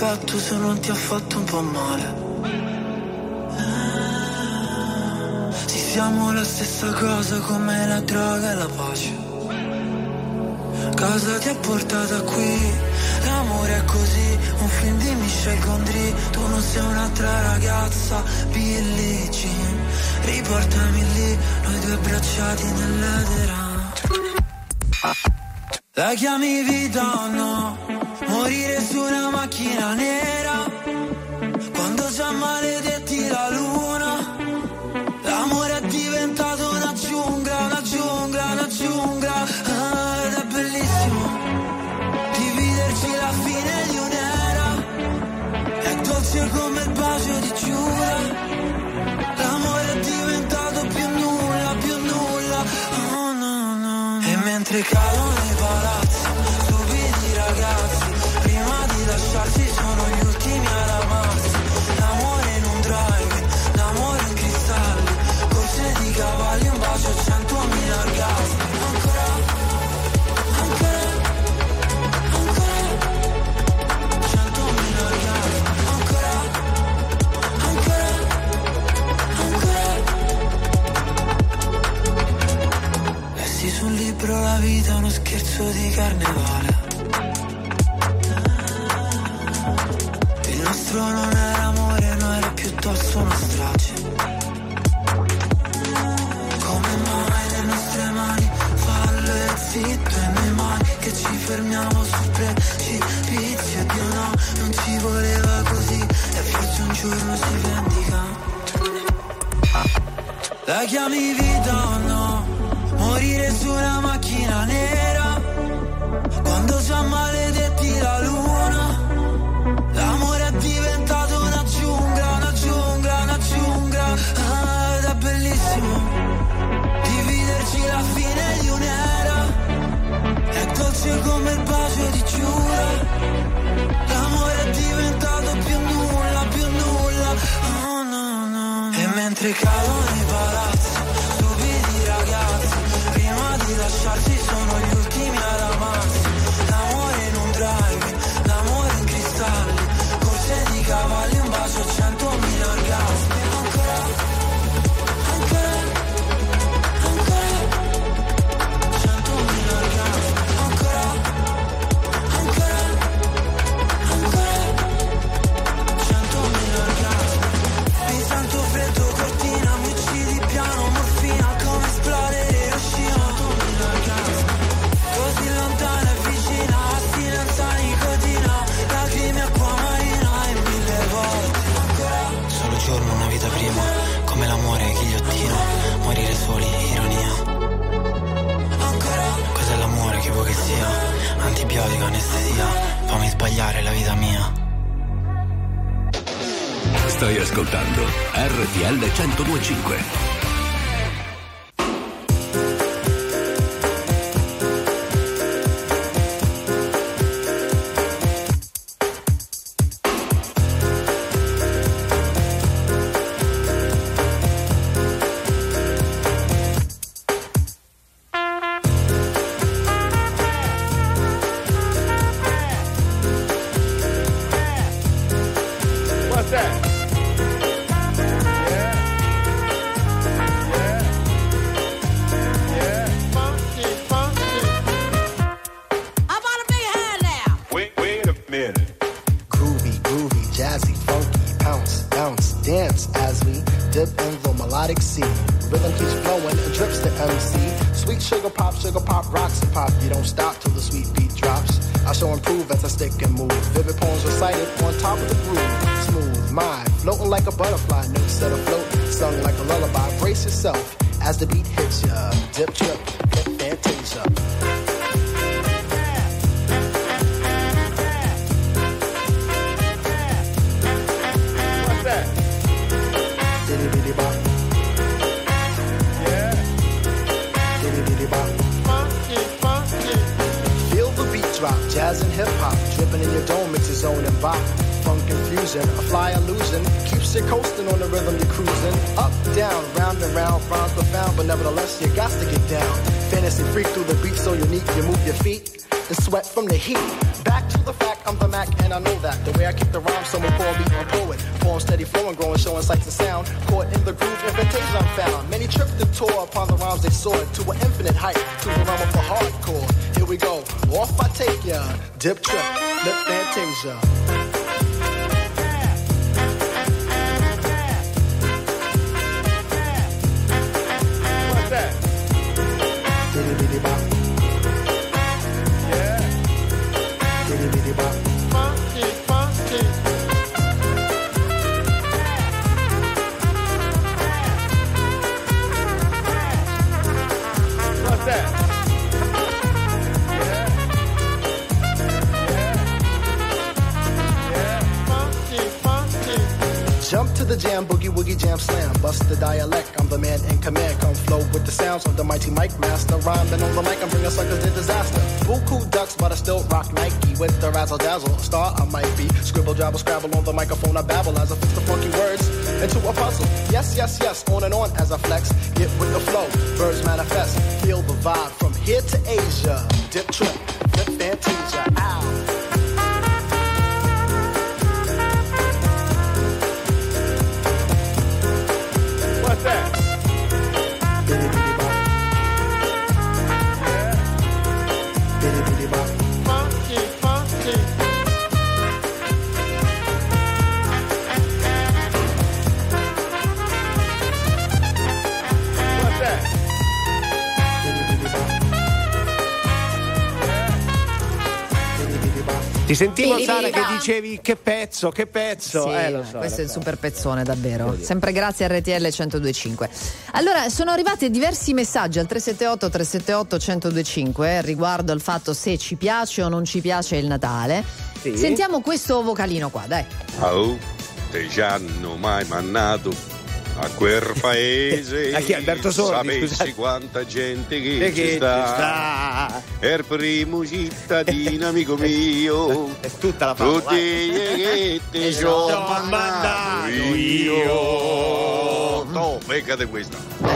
fatto se non ti ha fatto un po' male? Sì, siamo la stessa cosa come la droga e la pace. Cosa ti ha portato qui? L'amore è così, un film di Michel Gondry. Tu non sei un'altra ragazza, Billie Jean. Riportami lì, noi due abbracciati nell'edera. La chiami vita o no? Morire su una macchina nera, quando già maledetti la luna. L'amore è diventato una giungla, una giungla, una giungla. Ed è bellissimo dividerci la fine di un'era. È dolce come il bacio di Giura. L'amore è diventato più nulla, più nulla. Oh no, no. E mentre cadono i palazzi, stupidi ragazzi, prima di lasciarsi sono gli ultimi ad amarsi. L'amore in un drive, l'amore in cristalli, corse di cavalli, un bacio a 100.000 orgasmi. Ancora, ancora, ancora, 100.000 orgasmi. Ancora, ancora, ancora. Lessi sul libro La vita è uno scherzo di carnevale. Il nostro non era amore, no, era piuttosto una strage. Come mai le nostre mani fallo e zitto, e noi mai che ci fermiamo sul precipizio. Dio no, non ci voleva così, e forse un giorno si vendica. La chiami vita o no? Morire su una macchina nera, quando già maledetti la luna. L'amore è diventato una giungla, una giungla, una giungla. Ed è bellissimo dividerci la fine di un'era. È dolce come il bacio di Giura. L'amore è diventato più nulla, più nulla. Oh no, no. E mentre cadono i palazzi, stupidi ragazzi, prima di lasciarsi sono gli ultimi ad amarsi. L'amore in un drive, l'amore in cristalli, corse di cavalli, un bacio a 100.000 orgasmi. Ancora, ancora, ancora, 100.000 orgasmi. Ancora, ancora, ancora, 100.000 orgasmi. Mi sento freddo, cortina, mi uccidi piano, morfina, come esplodere Hiroshima. 100.000 orgasmi. Così lontana e vicina, astinenza, nicotina, lacrime, acqua marina e 1000 volte. Ancora. Solo giorno, una vita prima, come l'amore, ghigliottina, morire soli, ironia. Ancora. Cos'è l'amore, che vuoi che sia? Antibiotico, anestesia, fammi sbagliare la vita mia. Stai ascoltando RTL 102.5. As the beat hits ya, dip, trip, fantasia. What's that? Diddy diddy bop. Yeah. Diddy diddy bop. Funky, funky. Feel the beat drop, jazz and hip hop, dripping in your dome, mix your zone and bop. Funk confusion, a fly illusion, keeps you coasting on the rhythm you're cruising. Up, down, round and round, rhymes profound, but nevertheless you got to get down. Fantasy freak through the beat so unique, you move your feet. and sweat from the heat. Back to the fact, I'm the Mac and I know that. The way I kick the rhyme, someone call me a poet. Form steady flowing, growing, showing sights and sound. Caught in the groove, invitation I'm found. Many tripped and tore upon the rhymes they soared to an infinite height, to the realm of the hardcore. Here we go, off I take ya. Dip trip, lip fantasia. What's that? Bitty bitty bop. Yeah. Bitty bitty bop. Funky, funky. What's that? Yeah. Yeah. Yeah. Funky, funky. Jump to the jam, boogie woogie jam slam. Bust the dialect, I'm the man in command. Come flow with the sounds of the mighty mic master. Rhyming on the mic, I'm bringing suckers to disaster. Buku ducks, but I still rock Nike with the razzle dazzle. Star I might be. Scribble, jabble, scrabble on the microphone. I babble as I fix the funky words into a puzzle. Yes, yes, yes, on and on as I flex. Get with the flow, birds manifest. Feel the vibe from here to Asia. Dip trip, flip fantasia. Ow. What's that? Bitty bitty bop. Yeah. Bitty bitty bop. Funky, funky. What's that? Bitty bitty bop. Bitty bitty bop. Ti sentivo, Sara, che dicevi che pezzo, che pezzo. Sì, Lo so, questo è lo un so. super pezzone davvero. Sempre grazie a RTL 102.5. Allora, sono arrivati diversi messaggi al 378 378 1025 riguardo al fatto se ci piace o non ci piace il Natale. Sì. Sentiamo questo vocalino qua, dai. Oh, te ci hanno mai mandato a quel paese? A chi? Alberto Sordi, Sapessi scusate. quanta gente che Che ci ci sta. sta. È il primo cittadino, amico mio. È tutta la favola. Tutti che te ci ho mandato io. No, beccate questa.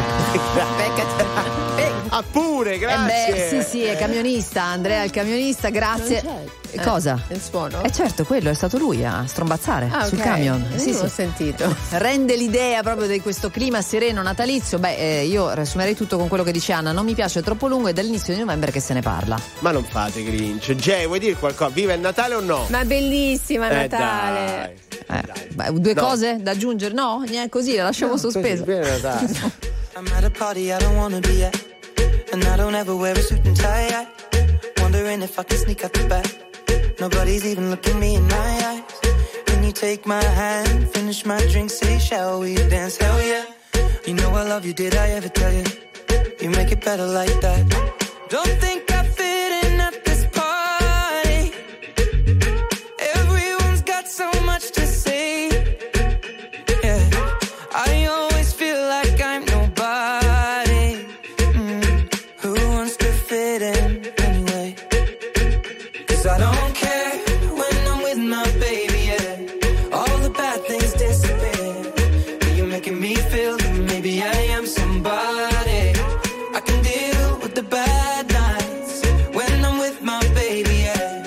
Ah, pure, grazie. Sì, è camionista, Andrea il camionista, grazie. Cosa? Il suono? Certo, quello è stato lui a strombazzare sul camion. Sì, l'ho sentito. Rende l'idea proprio di questo clima sereno natalizio. Io riassumerei tutto con quello che dice Anna. Non mi piace, è troppo lungo, è dall'inizio di novembre che se ne parla. Ma non fate Grinch. Jay, vuoi dire qualcosa? Viva il Natale o no? Ma è bellissima Dai. Natale. Due cose da aggiungere? No, niente, così la lasciamo sospesa. Così, bene Natale. I'm at a party I don't wanna be at, and I don't ever wear a suit and tie. Wondering if I can sneak out the back. Nobody's even looking me in my eyes. Can you take my hand, finish my drink, say shall we dance? Hell yeah. You know I love you, did I ever tell you? You make it better like that. Don't think I fit in at this party. Everyone's got so much to say. Yeah, I always feel like I'm nobody. Who wants to fit in anyway? 'Cause I don't care when I'm with my baby, yeah. All the bad things disappear. You're making me feel that maybe I am somebody. I can deal with the bad nights when I'm with my baby, yeah.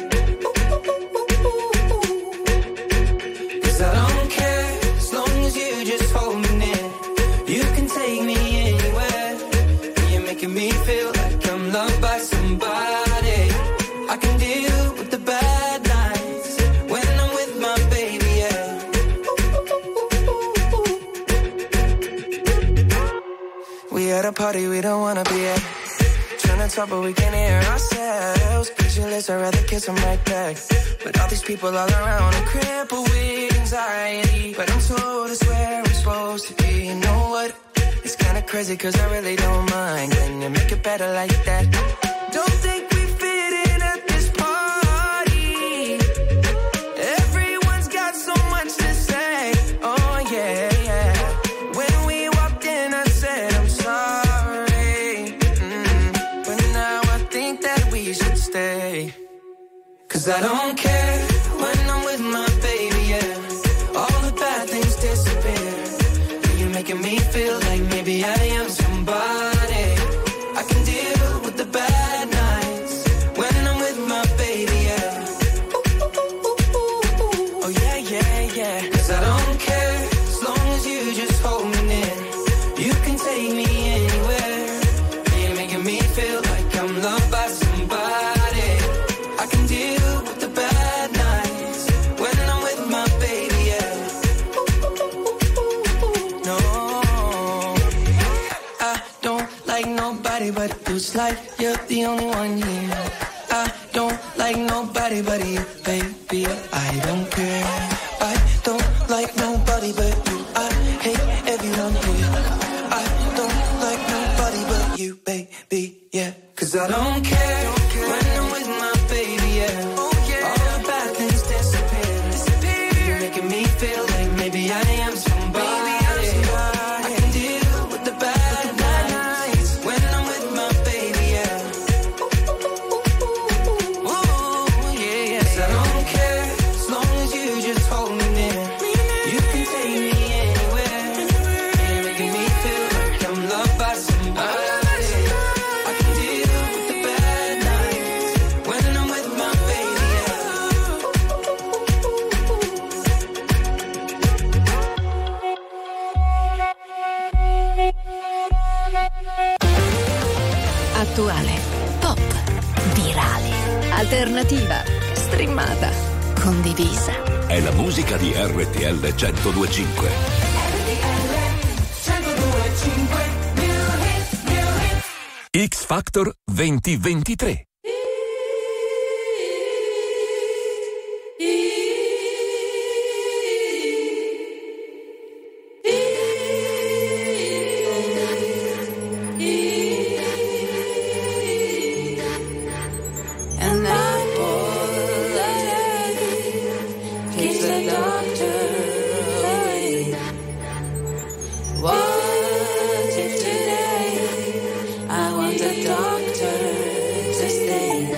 'Cause I don't care as long as you just hold me near. You can take me anywhere. You're making me feel like I'm loved by somebody. I can deal with the bad nights when I'm with my baby, yeah. We at a party we don't wanna be at. Trying to talk but we can't hear ourselves. Pictureless, I'd rather kiss them right back. But all these people all around, I'm crippled with anxiety. But I'm told it's where I'm supposed to be. You know what? It's kinda crazy 'cause I really don't mind. Can you make it better like that? Don't think we fit in at this party. Everyone's got so much to say. Oh yeah, yeah. When we walked in I said I'm sorry. But now I think that we should stay. 'Cause I don't care when I'm with my baby, yeah. All the bad things disappear. You're making me feel like maybe I am somebody. I can deal with the bad nights when I'm with my nobody but you. It's like you're the only one here. I don't like nobody but you, baby. I don't care. I don't like nobody but you. I hate everyone here. I don't like nobody but you, baby. Yeah, 'cause I don't care when I'm with my baby. Yeah, all the bad things disappear. You're making me feel like maybe I am somebody. I can deal with the bad nights when I'm with my baby. Yeah. Ooh, yeah. 'Cause I don't care as long as you just hold me near. You can take me anywhere. You're making me feel like I'm loved by somebody. I can deal with the bad nights when I'm with my baby. Attuale, pop, virale, alternativa, streamata, condivisa. È la musica di RTL 102.5. X Factor 2023. And that boy keeps the doctor away. What if today I want the doctor to stay?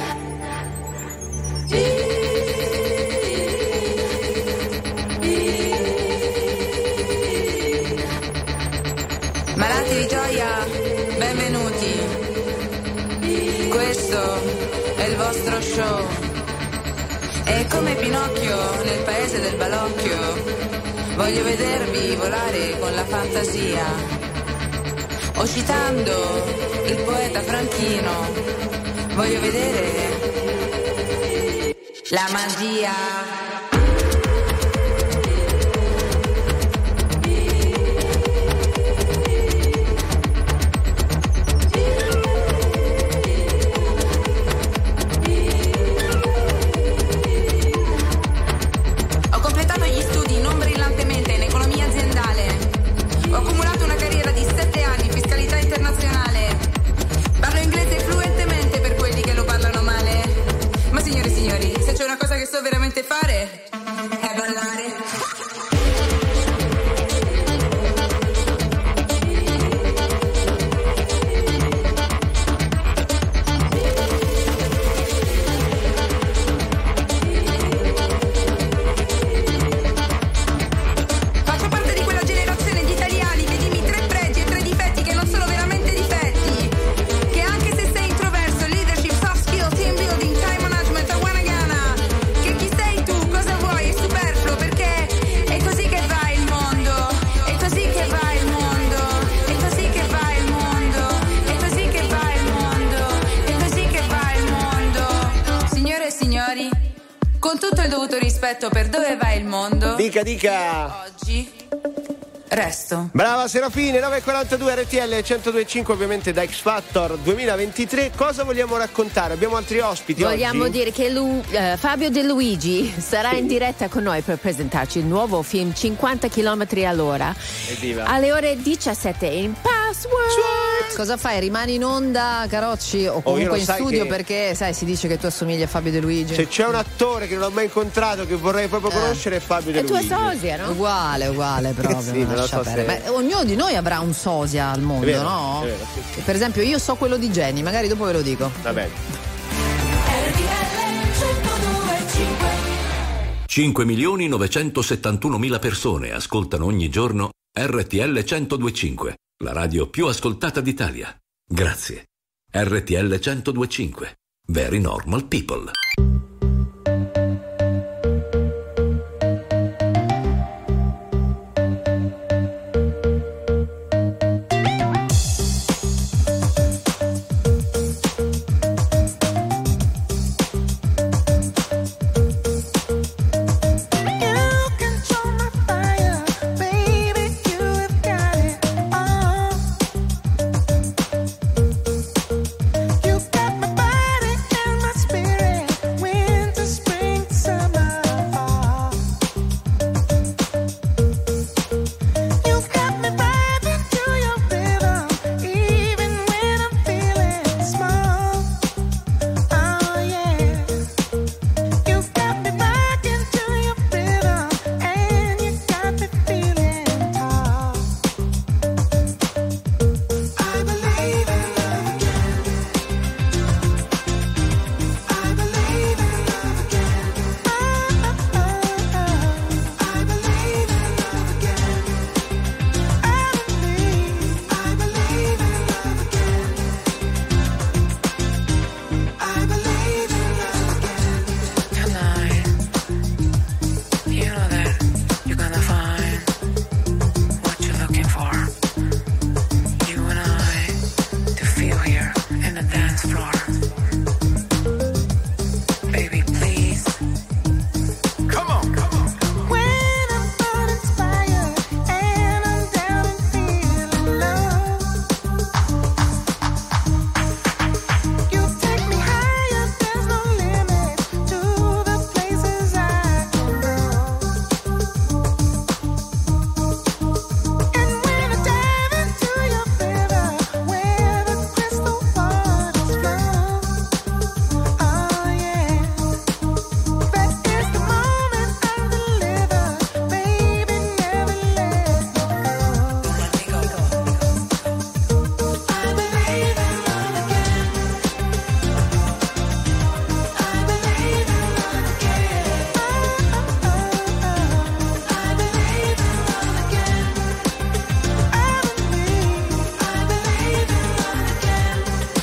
Malati di gioia, benvenuti. Questo è il vostro show. E come Pinocchio nel paese del balocchio, voglio vedervi volare con la fantasia. O citando il poeta Franchino, voglio vedere la magia. Ho completato gli studi non brillantemente in economia aziendale. Ho accumulato una carriera di 7 anni in fiscalità internazionale. Parlo inglese fluentemente per quelli che lo parlano male. Ma signore e signori, se c'è una cosa che so veramente fare è ballare. Faccio parte di quella generazione di italiani che dimmi 3 pregi e 3 difetti che non sono veramente difetti. Che anche se sei introverso, leadership, soft skill, team building, time management, awanagana. Che chi sei tu, cosa vuoi, è superfluo perché è così che va il mondo. È così che va il mondo. È così che va il mondo. È così che va il mondo. È così che va il mondo. Signore e signori, con tutto il dovuto rispetto per dove va il mondo, Dica. oggi resto. Brava Serafine, 9.42 RTL 102.5, ovviamente da X Factor 2023. Cosa vogliamo raccontare? Abbiamo altri ospiti Vogliamo oggi? dire che Fabio De Luigi sarà in diretta con noi per presentarci il nuovo film 50 km all'ora Evviva. alle ore 17 in Password. Cosa fai? Rimani in onda, Carocci, o io comunque lo in sai studio che- perché sai, si dice che tu assomigli a Fabio De Luigi. Se c'è un attore che non ho mai incontrato che vorrei proprio conoscere è Fabio De È tua Luigi. sosia, no? Uguale proprio. Sì, non lo lascia so perdere. se- Ma ognuno di noi avrà un sosia al mondo, È vero, no? è vero, sì. Per esempio, io so quello di Jenny, magari dopo ve lo dico. Va bene. 5.971.000 persone ascoltano ogni giorno RTL 102.5, la radio più ascoltata d'Italia. Grazie. RTL 102.5. Very normal people. dance floor. Baby, please. Come on, come on. When I'm uninspired and I'm down and feeling low, you take me higher, there's no limit to the places I can go. And when I dive into your river, where the crystal waters flow, oh yeah, that is the moment I deliver, baby, never let me go. I believe in love again. I believe in love again. I believe in love again. I believe in love again.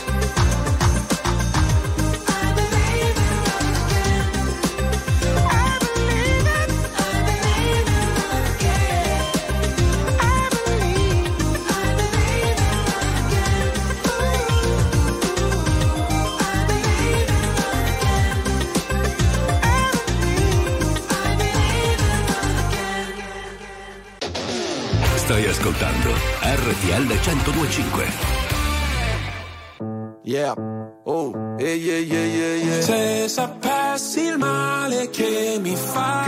I believe in love again. I believe it. I believe in love again. I believe in love again. I believe in Stai ascoltando RTL 1025. Yeah, oh, yeah, yeah, yeah, yeah, yeah. Se sapessi il male che mi fai,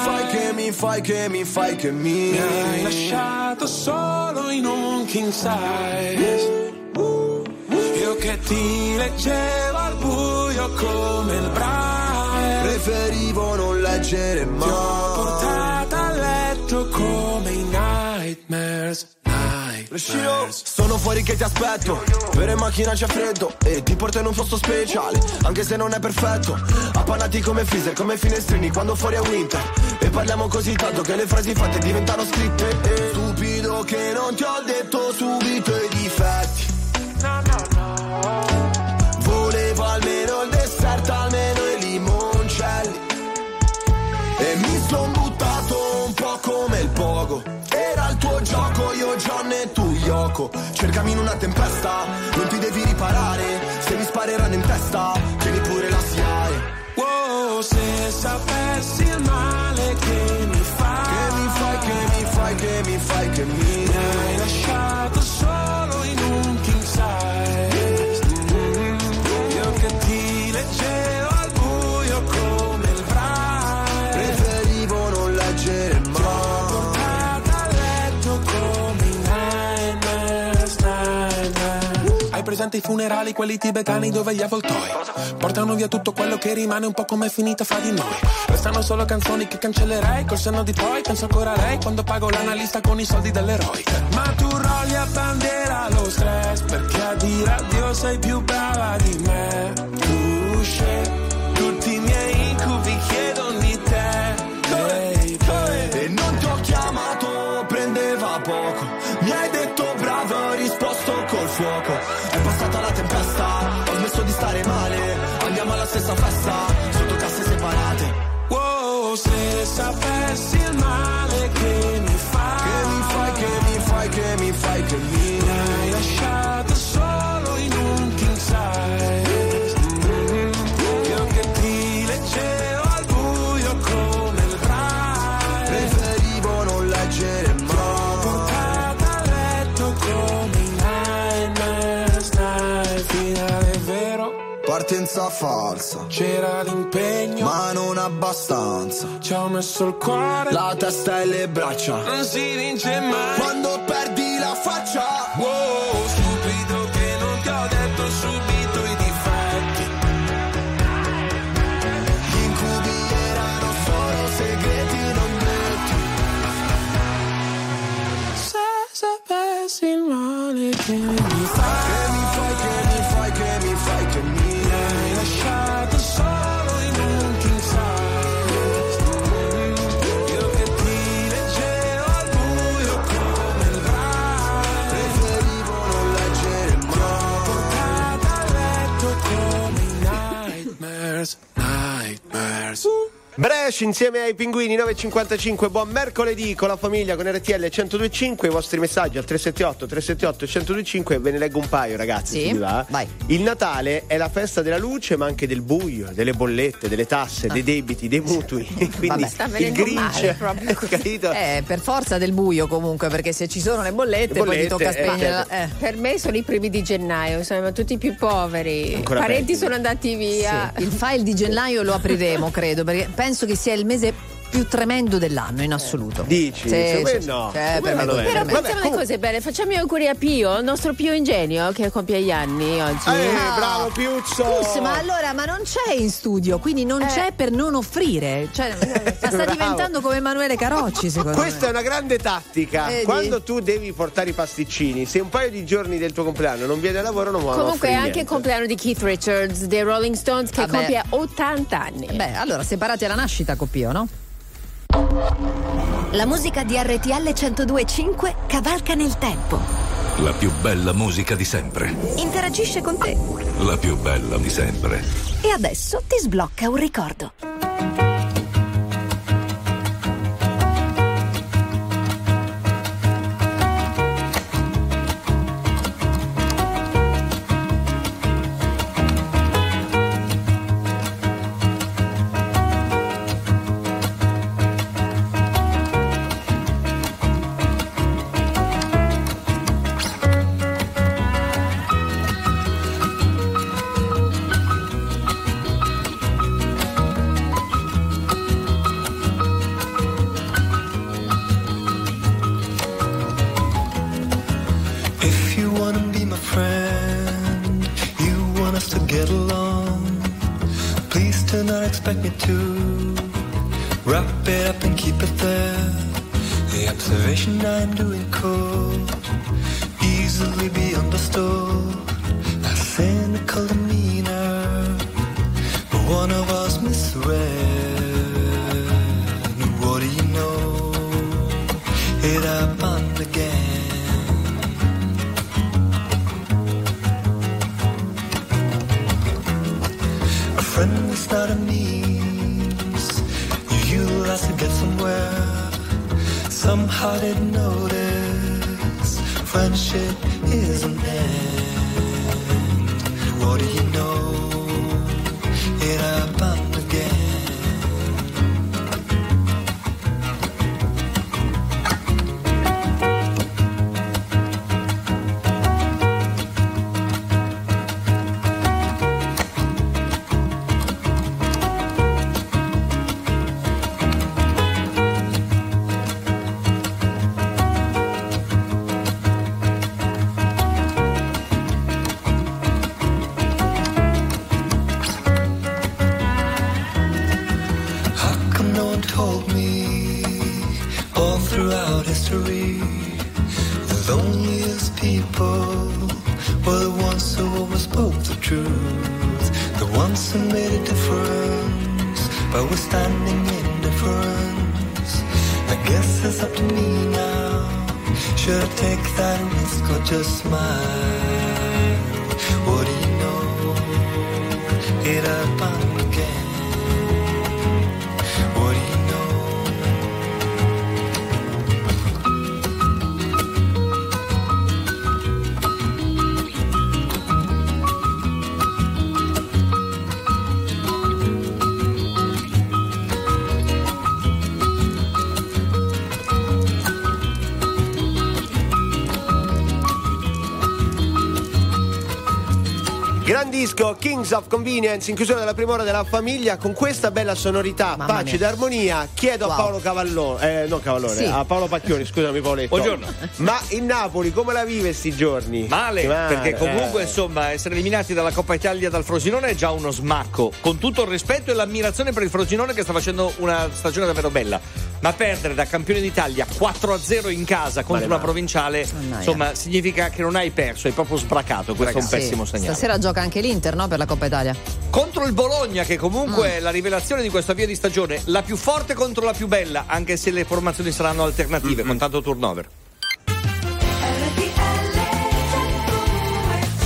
mi hai lasciato solo in un king size. Io che ti leggevo al buio come il Braille, Preferivo non leggere ti ho mai. portata a letto come i nightmares. Sono fuori che ti aspetto, per in macchina c'è freddo e ti porto in un posto speciale, anche se non è perfetto. Appannati come freezer, come finestrini quando fuori è winter. E parliamo così tanto che le frasi fatte diventano scritte. Stupido che non ti ho detto subito i difetti. Volevo almeno il dessert, almeno i limoncelli. E mi son buttato un po' come il pogo. Era il tuo gioco, io John e tu Yoko. Cercami in una tempesta, non ti devi riparare. Se mi spareranno in testa, tieni pure la SIAE. Wow, se sapessi il male che mi fai, Che mi hai lasciato solo in un king size. Io che ti leggevo al buio come il Braille, preferivo non leggere mai. portata a letto come i nightmares. Hai presente i funerali, quelli tibetani dove gli avvoltoi portano via tutto quello che rimane, un po' come è finita fra di noi. Restano solo canzoni che cancellerei col senno di poi. Penso ancora a lei quando pago l'analista con i soldi dell'eroe. Ma tu rolli a bandiera lo stress, perché a dire addio sei più brava di me. Tu scegli tutti i miei incubi, chiedono di te, baby. E non ti ho chiamato, prendeva poco. Mi hai detto bravo, ho risposto col fuoco. È passata la tempesta, ho smesso di stare male. Andiamo alla stessa festa, sotto casse separate. Wow, se sapessi il male che mi fai, Che mi hai lasciato solo in un king size. Io che ti leggevo al buio come il Braille, preferivo non leggere mai. portata a letto come i nightmares. Finale vero, Partenza falsa, c'era l'impegno, ma non abbastanza. ci ho messo il cuore, La testa e le braccia, non si vince mai. quando perdi la faccia. Wow, stupido che non ti ho detto subito i difetti. Gli incubi erano solo segreti non detti. Se sapessi il male che mi fai, Che mi hai lasciato solo in un king size. Io che ti leggevo al buio come Brescia insieme ai Pinguini, 9.55, buon mercoledì con la famiglia, con RTL 102.5, i vostri messaggi al 378 102.5, ve ne leggo un paio ragazzi, sì? Va? Vai. Il Natale è la festa della luce ma anche del buio, delle bollette, delle tasse, dei debiti, dei mutui, quindi il Grinch, capito? Per forza del buio comunque, perché se ci sono le bollette poi ti tocca spegnere. Per me sono i primi di gennaio, siamo tutti più poveri, ancora parenti peggio. sono andati via. Sì. Il file di gennaio lo apriremo, credo, perché penso che sia il mese più tremendo dell'anno in assoluto. Dici? No. Per me però pensiamo alle cose belle, facciamo gli auguri a Pio, il nostro Pio Ingenio che compie gli anni oggi. Bravo Piuzzo! Ma non c'è in studio, quindi non c'è per non offrire, cioè, sta diventando come Emanuele Carocci secondo me. Questa è una grande tattica. Quando tu devi portare i pasticcini, se un paio di giorni del tuo compleanno non viene a lavoro non vuole. Comunque è anche il compleanno di Keith Richards dei Rolling Stones che compie 80 anni. Allora separati alla nascita con Pio, no? La musica di RTL 102.5 cavalca nel tempo. La più bella musica di sempre. Interagisce con te. La più bella di sempre. E adesso ti sblocca un ricordo. Expect me to wrap it up and keep it there. The observation I'm doing could easily be understood. A cynical demeanor, but one of us misread. What do you know? It happened again. A friend is not a means you utilize to get somewhere. Somehow didn't notice friendship is an end. What do you know? It happened again. Just smile. What do you know? It happened again. What do you Gran disco, Kings of Convenience, in chiusura della prima ora della famiglia, con questa bella sonorità, pace ed armonia. Chiedo a Paolo Cavallone, non Cavallone, sì, a Paolo Pacchioni, scusami Paoletto. Buongiorno. Ma in Napoli come la vive sti giorni? Male, perché comunque insomma essere eliminati dalla Coppa Italia dal Frosinone è già uno smacco, con tutto il rispetto e l'ammirazione per il Frosinone che sta facendo una stagione davvero bella. Ma perdere da campione d'Italia 4-0 in casa contro una provinciale, insomma, significa che non hai perso, hai proprio sbracato. Questo è un pessimo segnale. Stasera gioca anche l'Inter, no? Per la Coppa Italia. Contro il Bologna, che comunque è la rivelazione di questa via di stagione, la più forte contro la più bella, anche se le formazioni saranno alternative, con tanto turnover.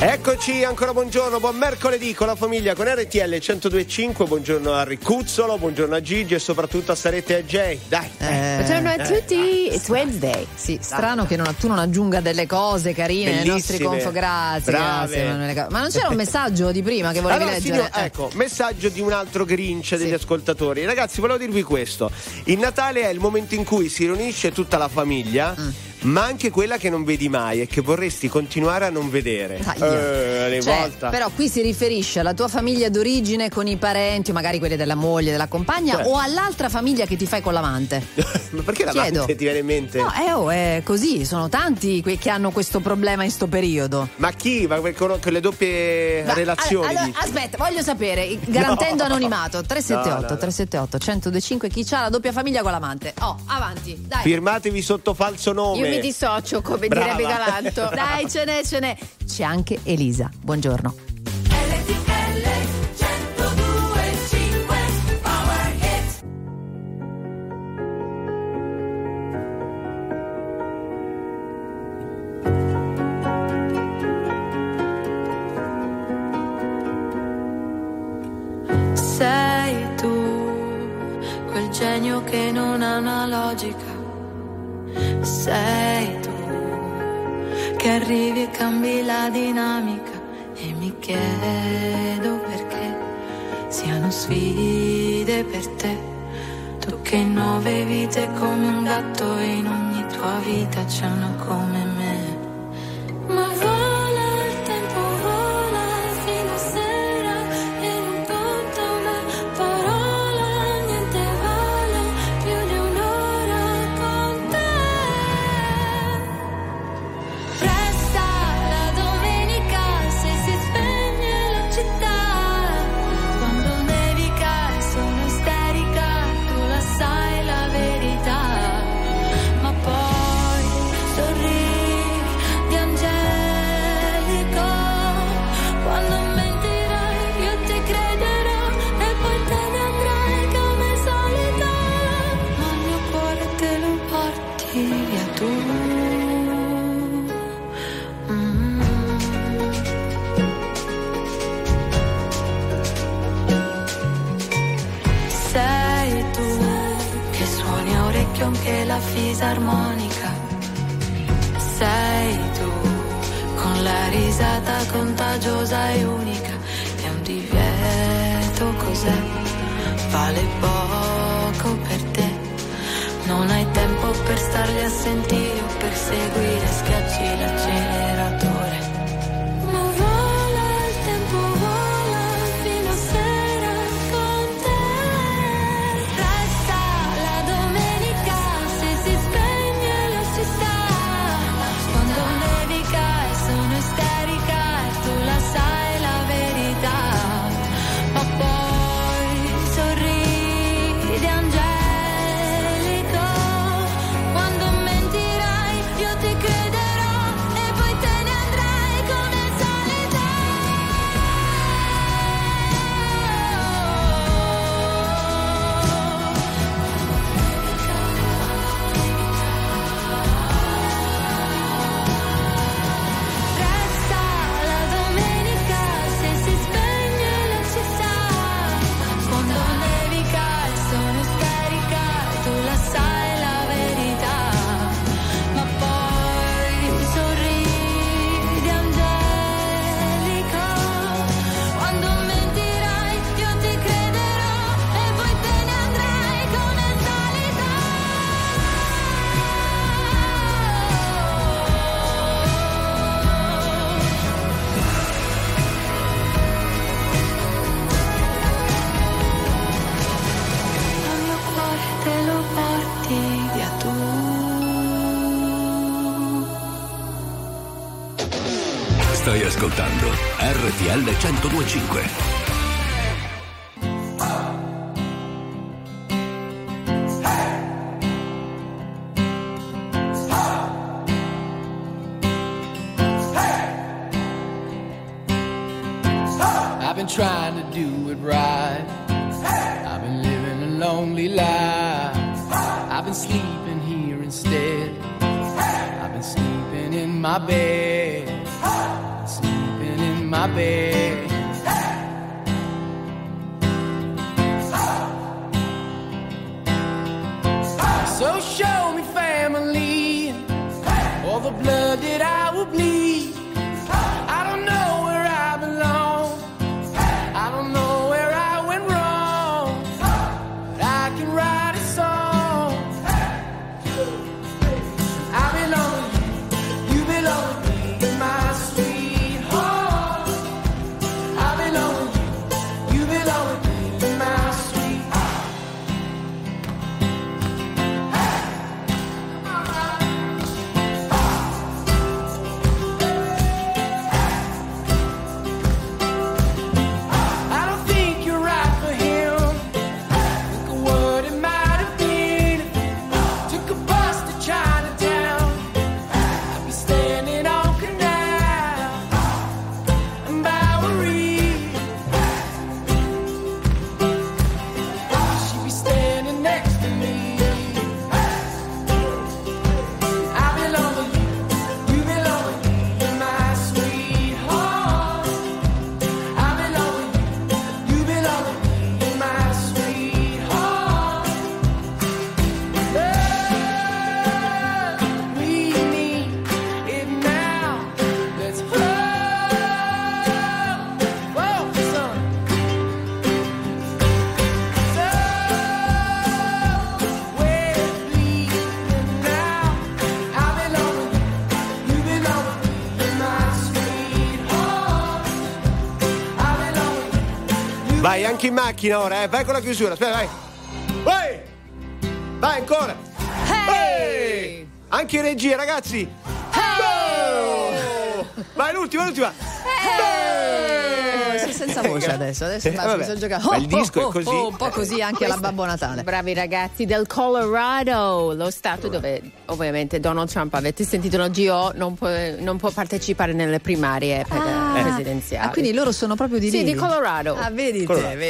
Eccoci, ancora buongiorno, buon mercoledì con la famiglia con RTL 102.5. Buongiorno a Ricuzzolo, buongiorno a Gigi e soprattutto a Sarete e a Jay. Dai. Buongiorno a tutti, it's Wednesday. Sì, strano che tu non aggiunga delle cose carine nei nostri confo. Grazie. Ma non c'era un messaggio di prima che volevi leggere? Ecco, messaggio di un altro Grinch degli ascoltatori. Ragazzi, volevo dirvi questo: il Natale è il momento in cui si riunisce tutta la famiglia, ma anche quella che non vedi mai e che vorresti continuare a non vedere. Però qui si riferisce alla tua famiglia d'origine con i parenti, o magari quelli della moglie, della compagna, o all'altra famiglia che ti fai con l'amante. Ma perché l'amante ti viene in mente? No, è così, sono tanti che hanno questo problema in sto periodo. Ma chi? Ma con le doppie relazioni? Allora, aspetta, voglio sapere, garantendo anonimato, 378 1025, chi c'ha la doppia famiglia con l'amante? Avanti, dai. Firmatevi sotto falso nome. Io mi dissocio, come direbbe Galanto. Dai, ce n'è. C'è anche Elisa. Buongiorno. Sei tu, quel genio che non ha una logica. Sei tu che arrivi e cambi la dinamica. E mi chiedo perché siano sfide per te. Tu che in 9 vite come un gatto e in ogni tua vita c'è una come me. Ma vola il tempo, vola fino a sera e non conta una parola, niente vale più di un'ora con te. Resta la domenica se si spegne la città. Quando nevica e sono isterica, tu la sai la verità. Ma poi sorridi di angelico. Quando mentirai io ti crederò e poi te ne andrai come solita. Ma il mio cuore te lo porti via tu. Sei tu che suoni a orecchio anche la fisarmonica. Sei tu con la risata contagiosa e unica. È un divieto, cos'è? Vale poco per te. Non hai tempo per starli a sentire o per seguire, schiacci l'acceleratore. Ma vola il tempo, vola fino a sera con te. Resta la domenica se si spegne la città. Quando nevica e sono isterica e tu la sai la verità. Ma poi sorridi angelico. Quando mentirai io ti crederò e poi te ne andrai come solita. Resta la domenica se si spegne la città. Quando nevica e sono isterica tu la sai la verità. Ma poi sorridi angelico. Quando mentirai io ti crederò e poi te ne andrai come solita. Il mio cuore te lo porti via tu. Stai ascoltando RTL 102.5. I've been trying to do it right. I've been living a lonely life. I've been sleeping here instead. I've been sleeping in my bed. Sleeping my bed. So show me family, all the blood that I will bleed. I don't know where I belong, I don't know where I went wrong, but I can write a song. I belong with you, you belong with me, my sweetheart. I belong with you, you belong with me, my sweetheart. Vai, anche in macchina ora, vai con la chiusura, aspetta, vai. Vai! Vai ancora! Hey! Anche in regia, ragazzi! Hey! Vai, l'ultima! Sei senza voce adesso bisogna giocare. Ma il disco è così. Un po' così anche alla Babbo Natale. Bravi ragazzi del Colorado, lo stato dove ovviamente Donald Trump, avete sentito la GO, non può partecipare nelle primarie presidenziali. Quindi loro sono proprio di lì? Sì, di Colorado. Vedi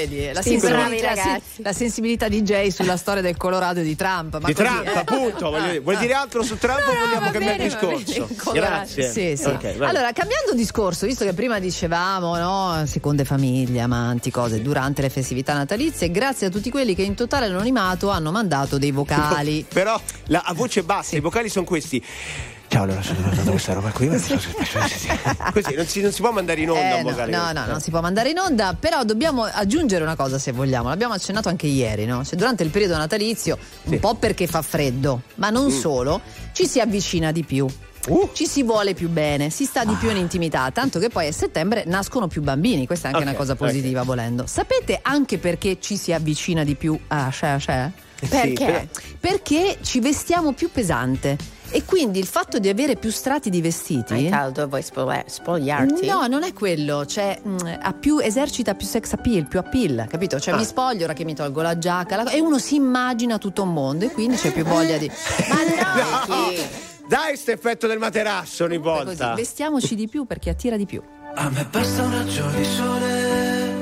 la sensibilità di Jay sulla storia del Colorado e di Trump. Ma di così, Trump, appunto. Vuoi dire altro su Trump o vogliamo cambiare discorso? Grazie. Sì. Okay, allora, cambiando discorso, visto che prima dicevamo, no, seconde famiglie, amanti, cose durante le festività natalizie, grazie a tutti quelli che in totale anonimato hanno mandato dei vocali. Però a voce bassa, i vocali sono questi. Ciao, allora sono mandato questa roba qui. Così non si può mandare in onda un vocale. No, non si può mandare in onda, però dobbiamo aggiungere una cosa, se vogliamo. L'abbiamo accennato anche ieri, no? Cioè, durante il periodo natalizio, un po' perché fa freddo, ma non solo, ci si avvicina di più. Ci si vuole più bene, si sta di più in intimità, tanto che poi a settembre nascono più bambini, questa è anche una cosa positiva volendo. Sapete anche perché ci si avvicina di più a Perché? Perché ci vestiamo più pesante. E quindi il fatto di avere più strati di vestiti. Hai caldo, vuoi spogliarti? No, non è quello. Cioè, esercita più sex appeal, capito? Cioè, mi spoglio ora che mi tolgo la giacca e uno si immagina tutto un mondo e quindi c'è più voglia di. Ma no! Dai, sto effetto del materasso ogni volta. Così, vestiamoci di più perché attira di più. A me basta un raggio di sole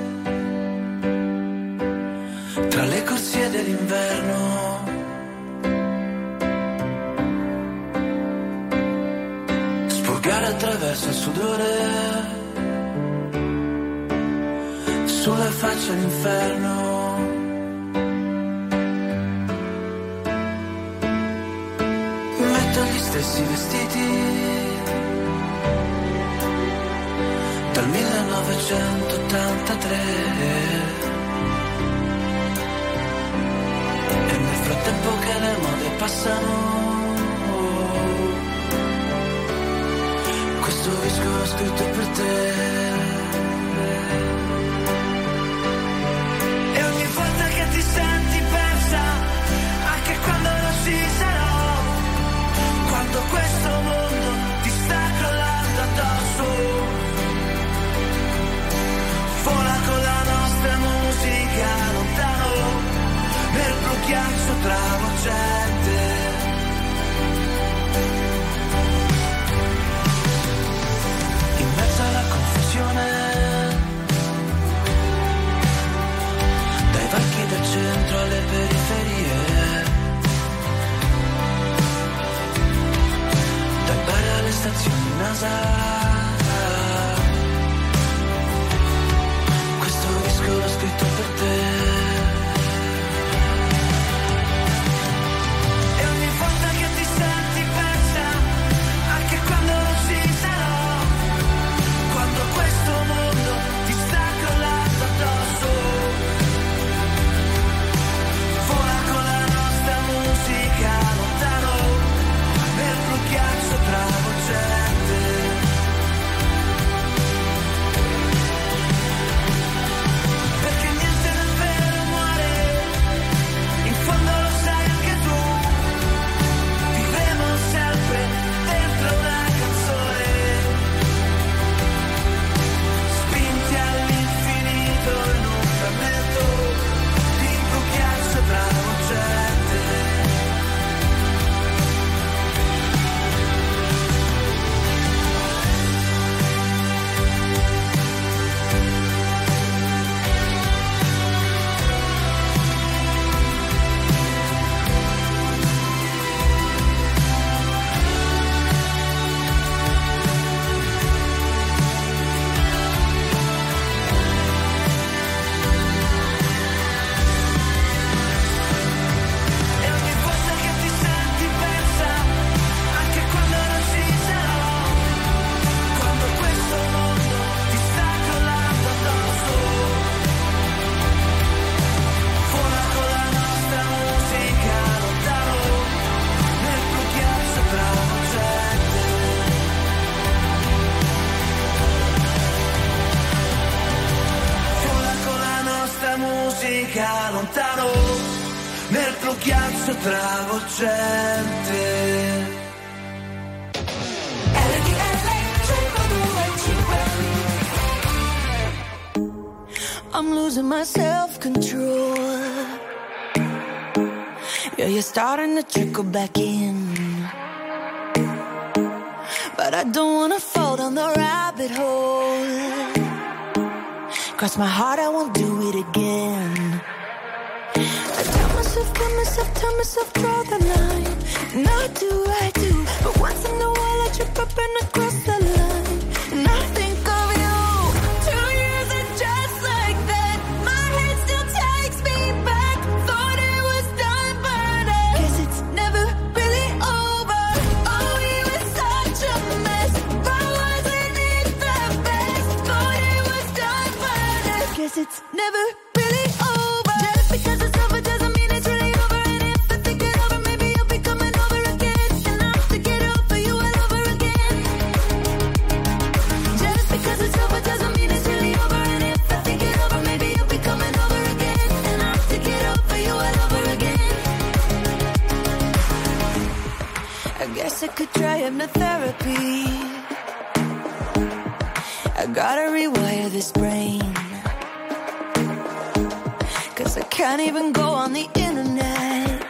tra le corsie dell'inverno, spurgare attraverso il sudore sulla faccia l'inferno. Metto gli stessi vestiti dal 1983 e nel frattempo che le mode passano, questo disco l'ho scritto per te. E ogni volta che ti senti persa, anche quando non ci sarò, quando questo mondo ti sta crollando addosso, vola con la nostra musica lontano nel blu ghiaccio travolgente. In mezzo alla confusione, dai varchi del centro alle periferie, dai bar alle stazioni NASA, America lontano, nel tuo ghiaccio travolgente. I'm losing my self-control. Yeah, you're starting to trickle back in, but I don't wanna fall down the rabbit hole. Cross my heart, I won't do it again. I tell myself, draw the line. Now do I do, but once in a while I trip up and I cross the line. And I think of you. 2 years and just like that, my head still takes me back. Thought it was done, but I guess it's never really over. Oh, we were such a mess, but wasn't it the best? Thought it was done, but I guess it's never really over. Just because it's over doesn't mean it's really over. And if I think it over, maybe you'll be coming over again. And I'll have to get over you all over again. Just because it's over doesn't mean it's really over. And if I think it over, maybe you'll be coming over again. And I'll have to get over you all over again. I guess I could try hypnotherapy. I gotta rewire this brain, 'cause I can't even go on the internet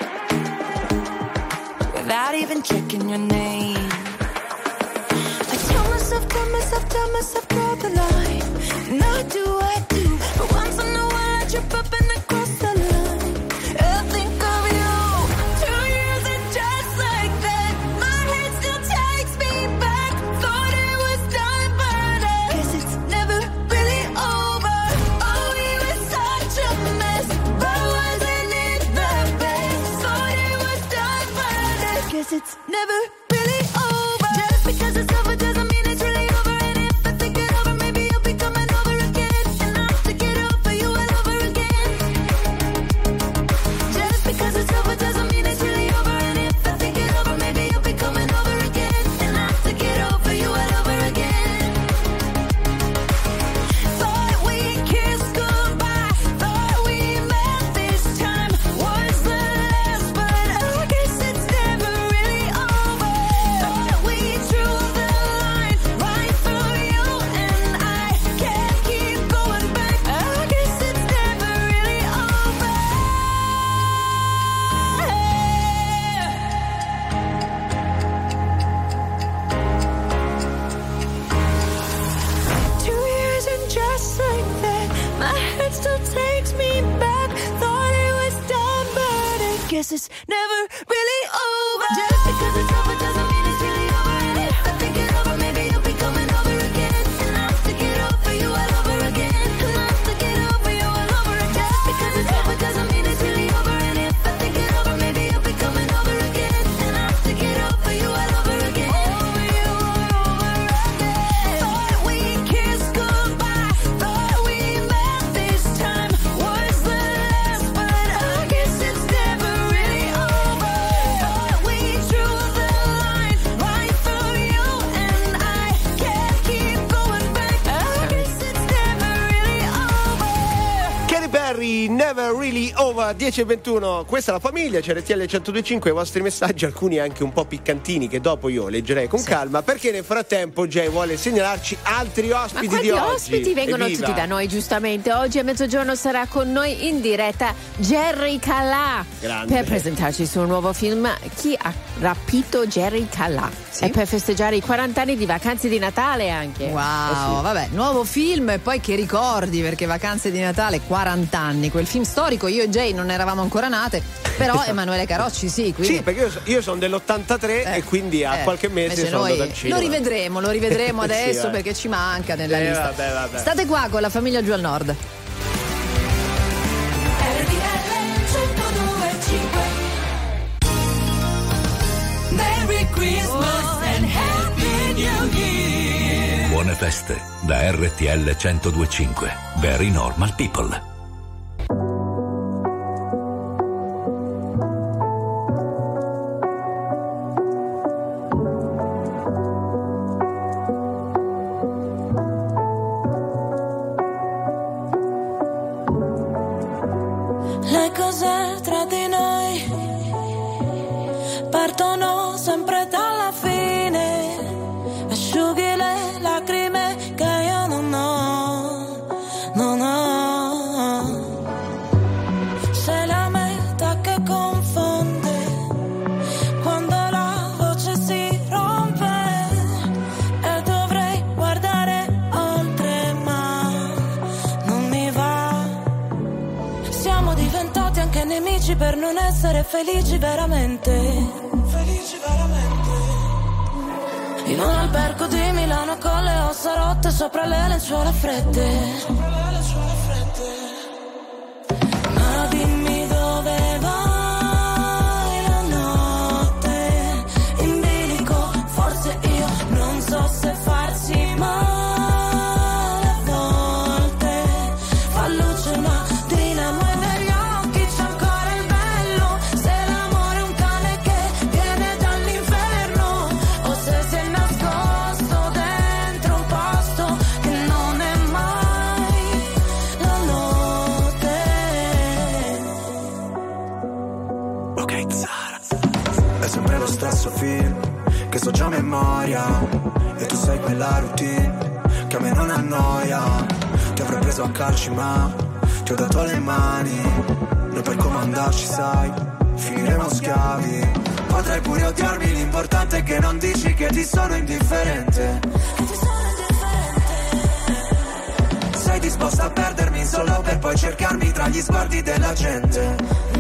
without even checking your name. I tell myself, draw the line. Now do I do, but once in a while I trip up and I cross the line. I think of you. 2 years and just like that, my head still takes me back. Thought it was done, but I guess it's never really over. Oh, we were such a mess, but wasn't it the best? Thought it was done, but I guess it's never really over. Just because it's over doesn't mean it's really over. And if I think it over, maybe you'll be coming over again. And I'll have to get over you all over again. Just because it's over doesn't mean it's really over. And if I think it over, maybe you'll be coming over again. And I'll have to get over you all over again. Thought we kissed goodbye, thought we met this time was the last, but I guess it's never really over. Thought we drew the line right through you and I can't keep going back. I guess it's never really over. 2 years and just like that, my head still takes me back. Thought it was done, but I guess it's never really over. Just because it's over doesn't mean it's really over. And if I think it over, maybe you'll be coming over again. And I'll have to get over you all over again. And I'll have to get over you all over again. Just because it's over doesn't mean it's really over. And if I think it over, maybe you'll be coming over again. And I'll have to get over you all over again. Over you all over again. Thought we kissed goodbye, thought we met this time was the last, but I guess it's never really over. Thought we drew the line right through you and I can't keep going back. I guess it's never really over. Katy Perry, Never Really Over, 10:21. Questa è la famiglia, c'è RTL 102.5, i vostri messaggi, alcuni anche un po' piccantini che dopo io leggerei con calma, perché nel frattempo Jay vuole segnalarci altri ospiti Ma di quanti oggi. ospiti vengono Evviva! tutti da noi, giustamente. Oggi a mezzogiorno sarà con noi in diretta Jerry Calà Grande. per presentarci il suo nuovo film Chi ha rapito Jerry Calà. E per festeggiare i 40 anni di Vacanze di Natale anche. Wow, vabbè, nuovo film e poi che ricordi, perché Vacanze di Natale 40 anni, quel film storico, io e Jay non eravamo ancora nate, però Emanuele Carocci sì, quindi... Sì, perché io sono dell'83 e quindi a qualche mese invece sono noi andato al cinema. lo rivedremo Sì, adesso vai. perché ci manca nella lista. Vabbè. State qua con la famiglia giù al nord. Merry Christmas and Happy New Year. Buone feste da RTL 102.5. Very Normal People. Le cose tra di noi partono sempre dalla fine, asciughi le lacrime che io non ho, non ho. Sei la meta che confonde quando la voce si rompe e dovrei guardare oltre ma non mi va. Siamo diventati anche nemici per non essere felici veramente. Felici veramente. In un albergo di Milano con le ossa rotte sopra le lenzuola fredde. Ma dimmi dove vai la notte in bilico, forse io non so se farsi male a volte. Fa luce una dinamo e negli occhi c'è ancora il bello. Se l'amore è un cane che viene dall'inferno o se si è nascosto dentro un posto che non è mai la notte. Ok Zara, è sempre lo stesso film che so già a memoria e tu sai quella routine che a me non annoia. Ti avrei preso a calci ma ti ho dato le mani. Noi per comandarci sai finiremo schiavi. Potrai pure odiarmi, l'importante è che non dici che ti sono indifferente. Sei disposta a perdermi solo per poi cercarmi tra gli sguardi della gente.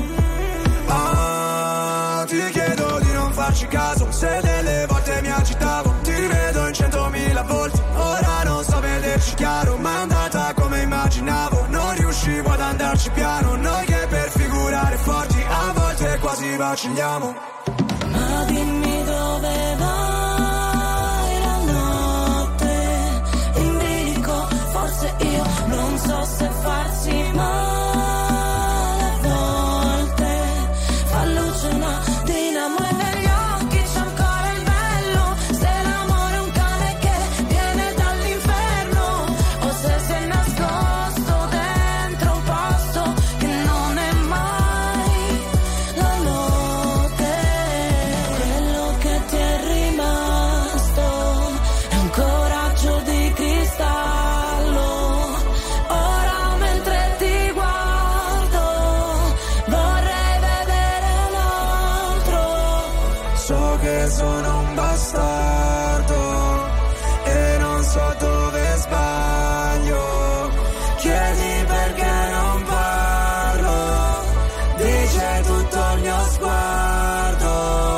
Ah, ti chiedo di non farci caso, se delle volte mi agitavo. Ti rivedo in 100.000 volti, ora non so vederci chiaro. Ma è andata come immaginavo, non riuscivo ad andarci piano. Noi che per figurare forti a volte quasi vacilliamo. Ma dimmi dove vai la notte in bilico, forse io non so se farsi male a volte. Fa luce una dinamo e negli occhi c'è ancora il bello. Se l'amore è un cane che viene dall'inferno o se si è nascosto dentro un posto che non è mai la notte. Quello che ti è rimasto è un coraggio di cristallo. Ora mentre ti guardo vorrei vedere un altro. So che sono un bastardo e non so dove sbaglio. Chiedi perché non parlo, dice tutto il mio sguardo.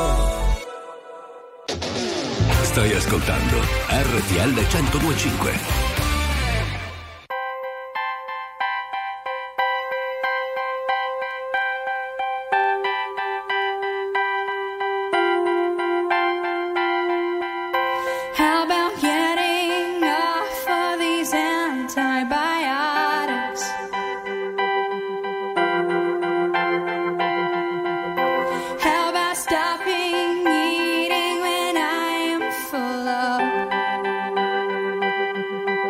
Stai ascoltando RTL 102.5. How about getting off of these antibiotics? How about stopping eating when I am full of?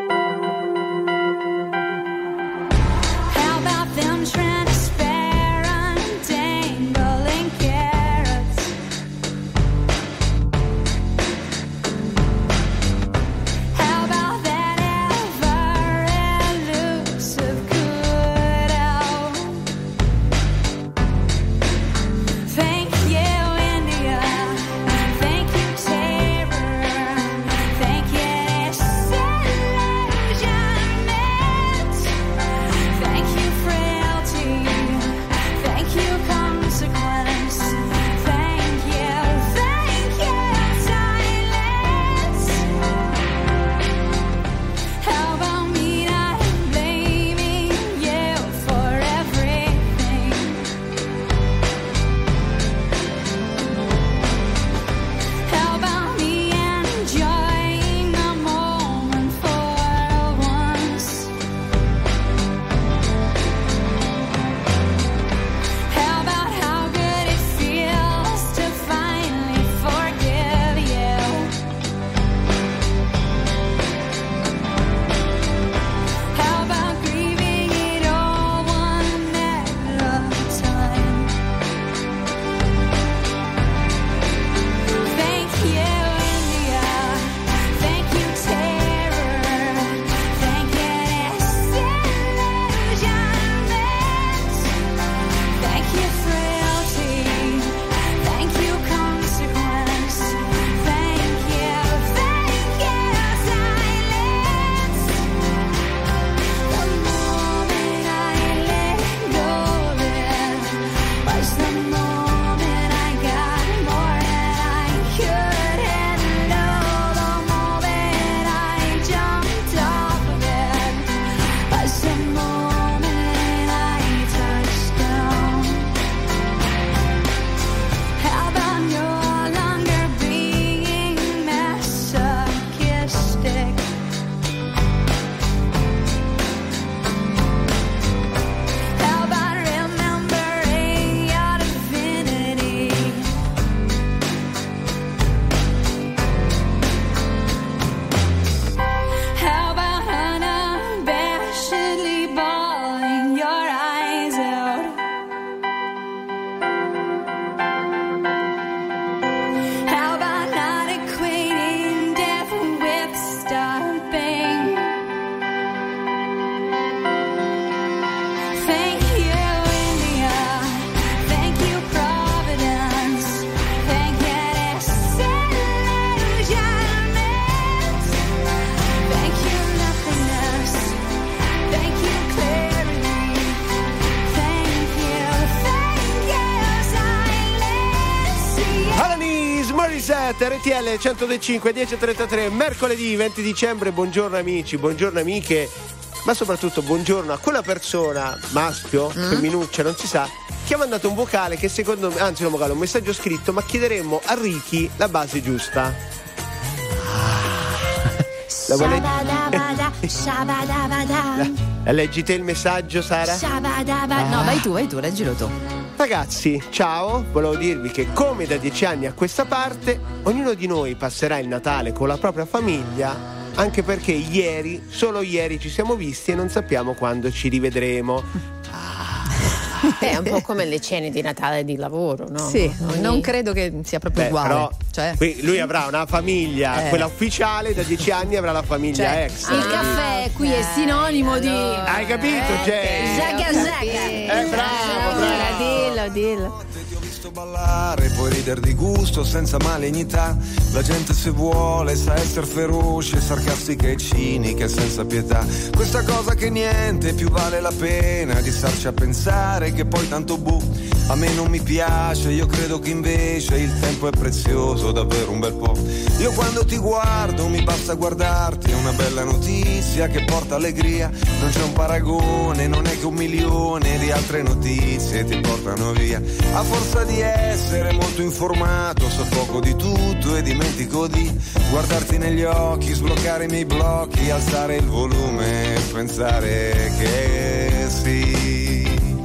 diretta RTL 105 10:33, mercoledì 20 dicembre. Buongiorno amici, buongiorno amiche, ma soprattutto buongiorno a quella persona, maschio, femminuccia, non si sa, che ha mandato un vocale che secondo me, anzi un vocale, un messaggio scritto, ma chiederemmo a Ricky la base giusta. Leggi te il messaggio, Sara? No, vai tu, leggilo tu. Ragazzi, ciao, volevo dirvi che come da 10 anni a questa parte, ognuno di noi passerà il Natale con la propria famiglia, anche perché ieri, solo ieri ci siamo visti e non sappiamo quando ci rivedremo. È un po' come le cene di Natale di lavoro, no? Sì, non credo che sia proprio uguale. Però, cioè... qui lui avrà una famiglia, quella ufficiale, da 10 anni avrà la famiglia ex. Il caffè qui è sinonimo di... Hai capito, Jay? Bravo. Dillo. Ballare, puoi ridere di gusto senza malignità. La gente se vuole sa essere feroce, sarcastica e cinica e senza pietà. Questa cosa che niente più vale la pena di starci a pensare, che poi tanto a me non mi piace. Io credo che invece il tempo è prezioso, davvero un bel po'. Io quando ti guardo mi basta guardarti, è una bella notizia che porta allegria. Non c'è un paragone, non è che 1 milione di altre notizie ti portano via. A forza di essere molto informato, so poco di tutto e dimentico di guardarti negli occhi, sbloccare i miei blocchi, alzare il volume e pensare che sì,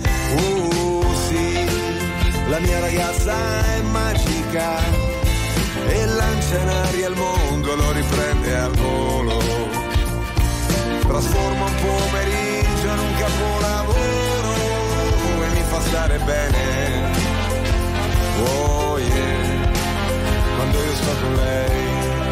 la mia ragazza è magica e lancia in aria il mondo e lo riprende al volo, trasforma un pomeriggio in un capolavoro e mi fa stare bene. Oh yeah, quando io sto con lei.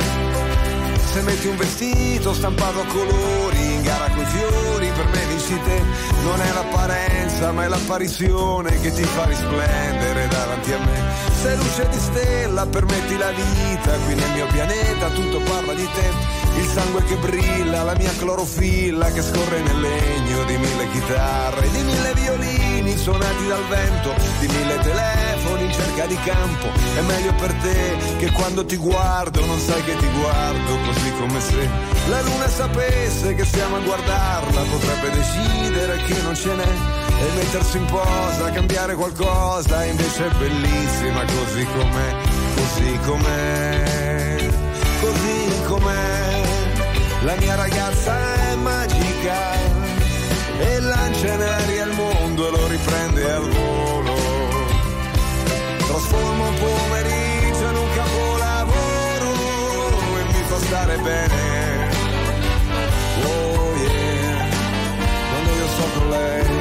Se metti un vestito stampato a colori in gara coi fiori, per me vinci te. Non è l'apparenza ma è l'apparizione che ti fa risplendere davanti a me. Sei luce di stella, permetti la vita, qui nel mio pianeta tutto parla di te. Il sangue che brilla, la mia clorofilla che scorre nel legno di 1000 chitarre, di 1000 violini suonati dal vento, di 1000 telefoni in cerca di campo. È meglio per te che quando ti guardo non sai che ti guardo, così come se la luna sapesse che stiamo a guardarla, potrebbe decidere che non ce n'è e mettersi in posa, cambiare qualcosa, invece è bellissima così com'è, così com'è, così com'è. La mia ragazza è magica e lancia in aria il mondo e lo riprende al volo, trasforma un pomeriggio in un capolavoro e mi fa stare bene. Oh yeah, quando io sto con lei.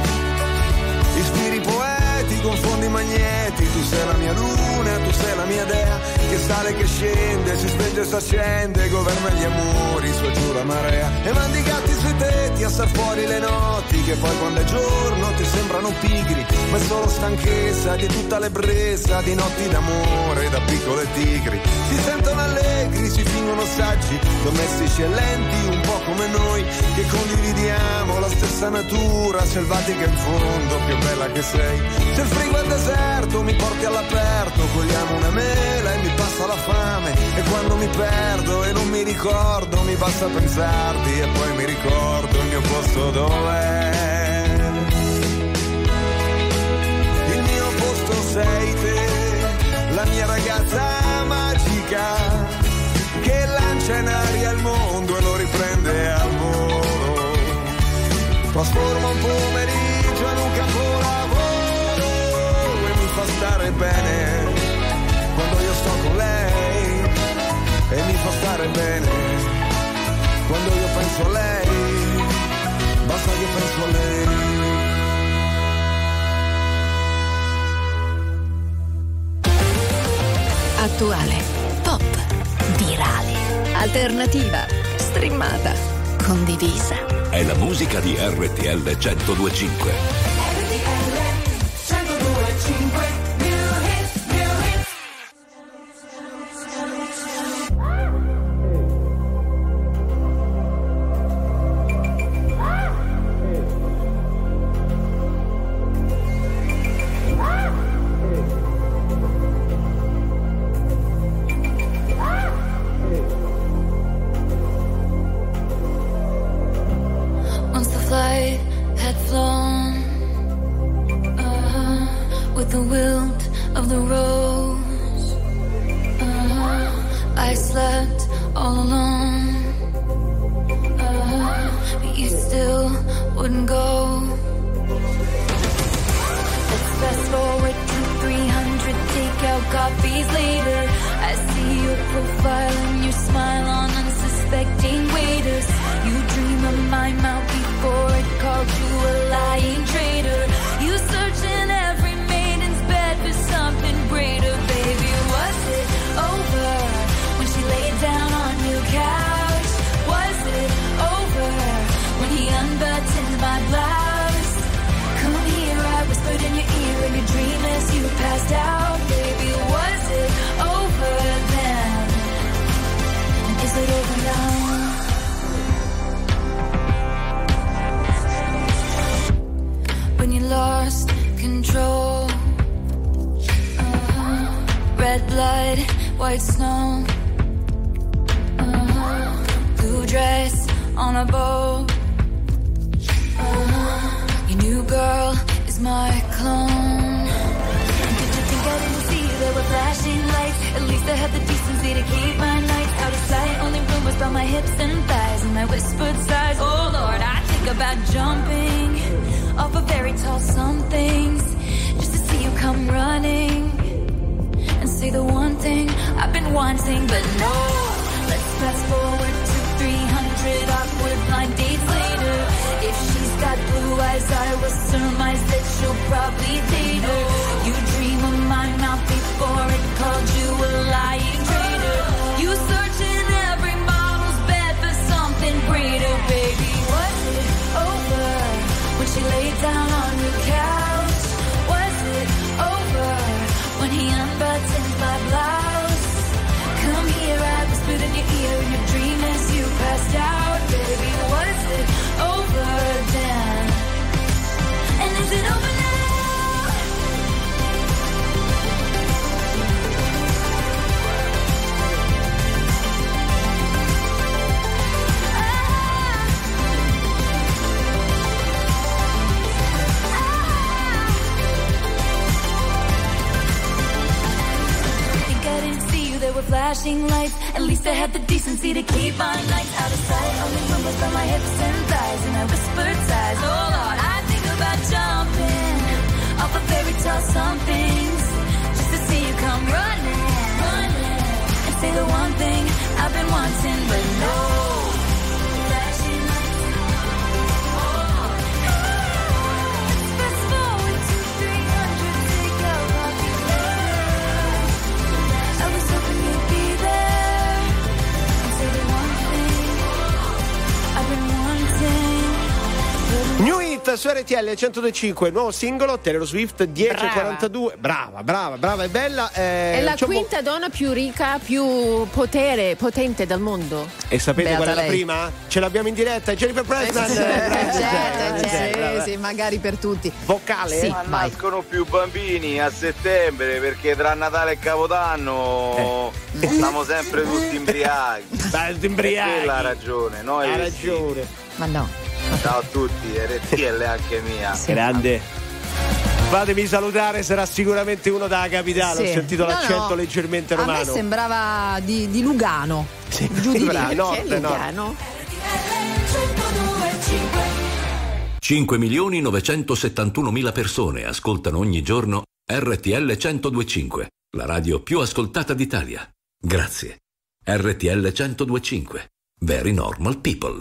Ispiri poeti, confondi magneti, tu sei la mia luna, tu sei la mia dea, che sale, che scende, si spenge e si accende, governa gli amori, su e giù la marea, e mandi i gatti sui tetti a star fuori le notti, che poi quando è giorno ti sembrano pigri, ma è solo stanchezza di tutta l'ebbrezza di notti d'amore da piccole tigri. Si sentono allegri, si fingono saggi, domestici e lenti, un po' come noi, che condividiamo la stessa natura selvatica in fondo, che bella che sei. Se il frigo è deserto mi porti all'aperto, cogliamo una mela e mi passa la fame, e quando mi perdo e non mi ricordo mi basta pensarti e poi mi ricordo il mio posto dov'è. Il mio posto sei te, la mia ragazza magica che lancia in aria il mondo e lo riprende al volo, trasforma un pomeriggio in un capolavoro e mi fa stare bene quando io sto con lei, e mi fa stare bene quando io penso a lei, basta che penso a lei. Attuale, pop, virale, alternativa, streamata, condivisa. È la musica di RTL 102.5. wouldn't go. Let's fast forward to 300 takeout coffees later. I see your profile and your smile on unsuspecting waiters. You dream of my mouth before it called you a lying traitor. You search in every maiden's bed for something greater. Baby, was it over when she laid down on your couch? Was it over when he unbuttoned my blouse? Come here, I whispered in your ear in your dream as you passed out. Baby, was it over then? Is it over now? When you lost control, red blood, white snow, blue dress on a boat, your new girl is my clone. Did you think I didn't see there were flashing lights? At least I had the decency to keep my nights out of sight. Only rumors about my hips and thighs and my whispered sighs. Oh Lord, I think about jumping off of very tall somethings just to see you come running and say the one thing I've been wanting. But no, let's fast forward to 300 awkward blind dates later. If she's got blue eyes, I will surmise that she'll probably date her. You dream of my mouth before it called you a lying traitor. You search in every model's bed for something greater. Baby, was it over when she laid down on your couch? Was it over when he unbuttoned my blouse? Come here, I whispered in your ear in your dream as you passed out. Baby, was it over then? And is it over now? There were flashing lights. At least I had the decency to keep my nights out of sight. Only rumors about my hips and thighs and I whispered sighs. Oh Lord, I think about jumping off of fairy tale somethings just to see you come running and say the one thing I've been wanting. But no, flashing lights. Fast forward to 300 takeout coffees later. I was hoping you'd be there and say the one thing I've been wanting. New Hit su RTL 102.5, nuovo singolo Taylor Swift 10:42. Brava, è bella. È la quinta donna più ricca, più potente del mondo. E sapete Beata qual è la lei. prima? Ce l'abbiamo in diretta, Jennifer Preston. Sì, magari per tutti. Vocale. Sì, Ma vai. nascono più bambini a settembre perché tra Natale e Capodanno siamo sempre tutti imbriachi. Imbriachi. E quella ha ragione, noi Ha sì. ragione. Ma no. Ciao a tutti, RTL anche mia. Grande. Fatemi salutare, sarà sicuramente uno da capitale. Sì. Ho sentito No, l'accento no. leggermente A me romano. sembrava di Lugano. Giù di lì. Brava, nord, Perché nord. Lugano? 5.971.000 persone ascoltano ogni giorno RTL 102.5, la radio più ascoltata d'Italia. Grazie. RTL 102.5. Very normal people.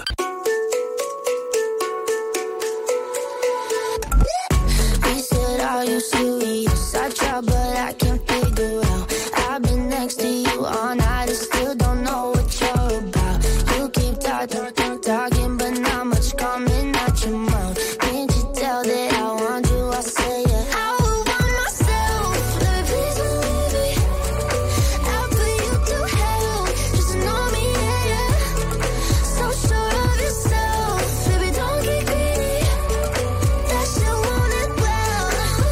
He said, are you serious? I tried, but I can't figure out. I've been next to you all night and still don't know what you're about. You keep talking, but not much coming out your mouth. Can't you tell that I want you? I say it. I would want myself, baby, please believe me. I'll put you through hell, just to know me, yeah. So sure of yourself, baby, don't get greedy. That shit want it well,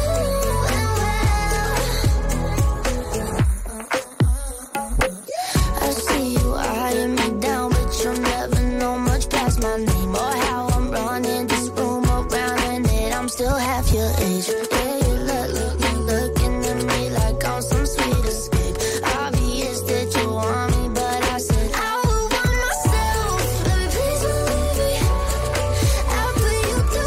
I see you eyeing me down, but you'll never know much past my name or how I'm running this room around and that I'm still half your age. Yeah, you looking at me like I'm some sweet escape. Obvious that you want me, but I said I would want myself, baby, please believe me. I'll put you through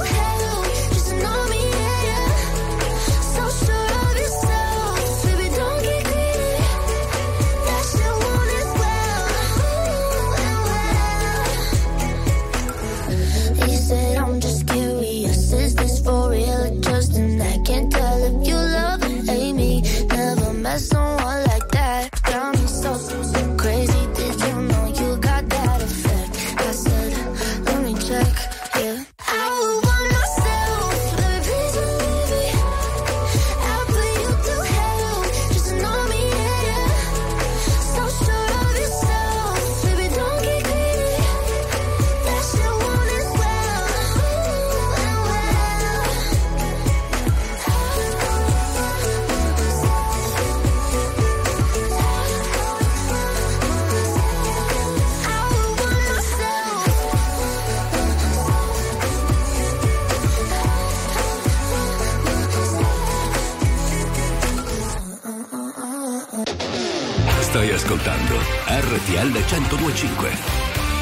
Stai ascoltando RTL 102.5.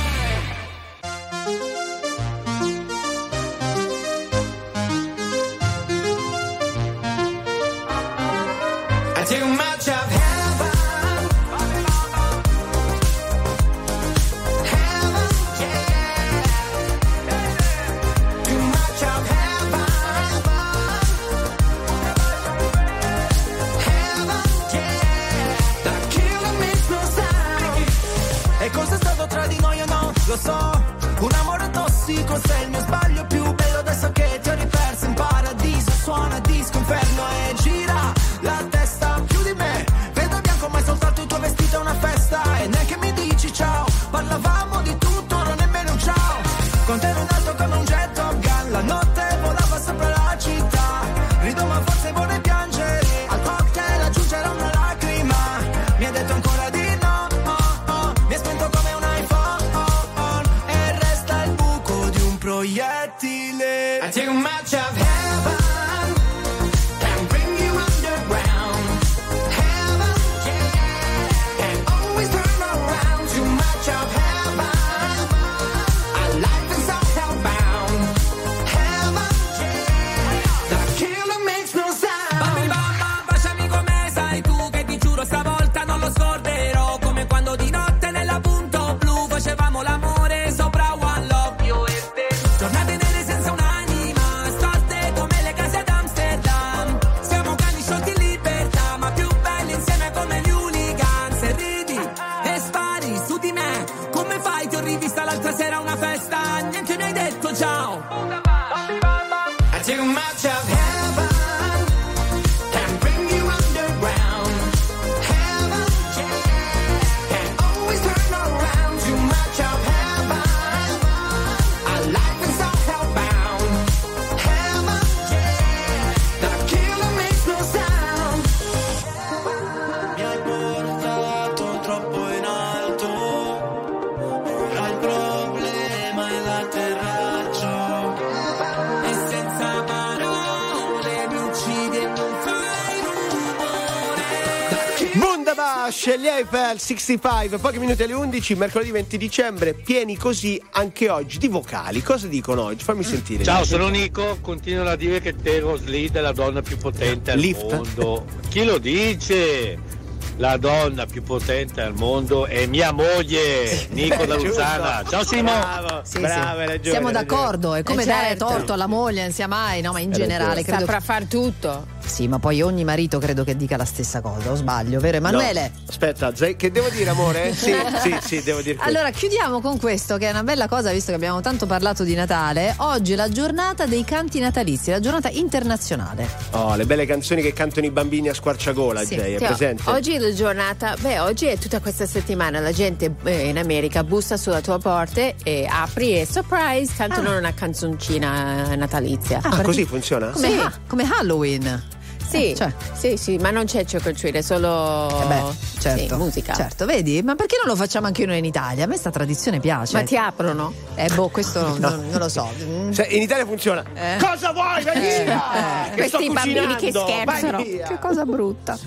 Gli Eiffel 65, pochi minuti alle 11, mercoledì 20 dicembre, pieni così anche oggi di vocali. Cosa dicono oggi? Fammi sentire. Ciao, sono Nico, continuano a dire che Taylor Swift è la donna più potente al mondo. Chi lo dice? La donna più potente al mondo è mia moglie, Nico da Luzzana. Ciao Simo. Bravo, sì, bravo, sì. Ragione, siamo d'accordo, è come dare certo. torto alla moglie, non sia mai, no, ma in generale credo saprà far tutto. Sì, ma poi ogni marito credo che dica la stessa cosa, o sbaglio, vero Emanuele? No. Aspetta, che devo dire, amore? Sì, devo dire questo. Allora, chiudiamo con questo, che è una bella cosa, visto che abbiamo tanto parlato di Natale. Oggi è la giornata dei canti natalizi, la giornata internazionale. Oh, le belle canzoni che cantano i bambini a squarciagola, sì. Jay, è presente? Oggi è la giornata, oggi è tutta questa settimana, la gente in America bussa sulla tua porta e apri e surprise, cantano una canzoncina natalizia. Così funziona? Come Halloween. Sì, sì, ma non c'è trick or treat, è solo certo, musica. Certo, vedi? Ma perché non lo facciamo anche noi in Italia? A me sta tradizione piace. Ma ti aprono? Questo non lo so. Cioè, in Italia funziona. Cosa vuoi? Vai via! Questi bambini che scherzano. Che cosa brutta.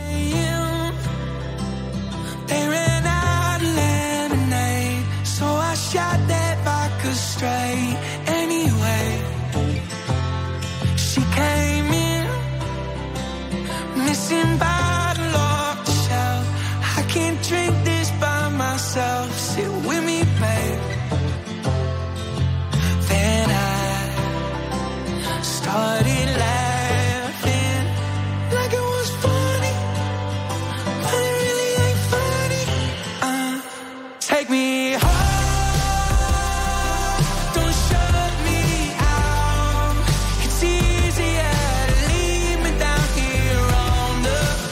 They ran out of lemonade, so I shot that vodka straight. Anyway, she came in, missing bottle off the shelf. I can't drink this by myself. Sit with me, babe. Then I started laughing like it was funny, but it really ain't funny. Take me home. Don't shut me out. It's easier to leave me down here on the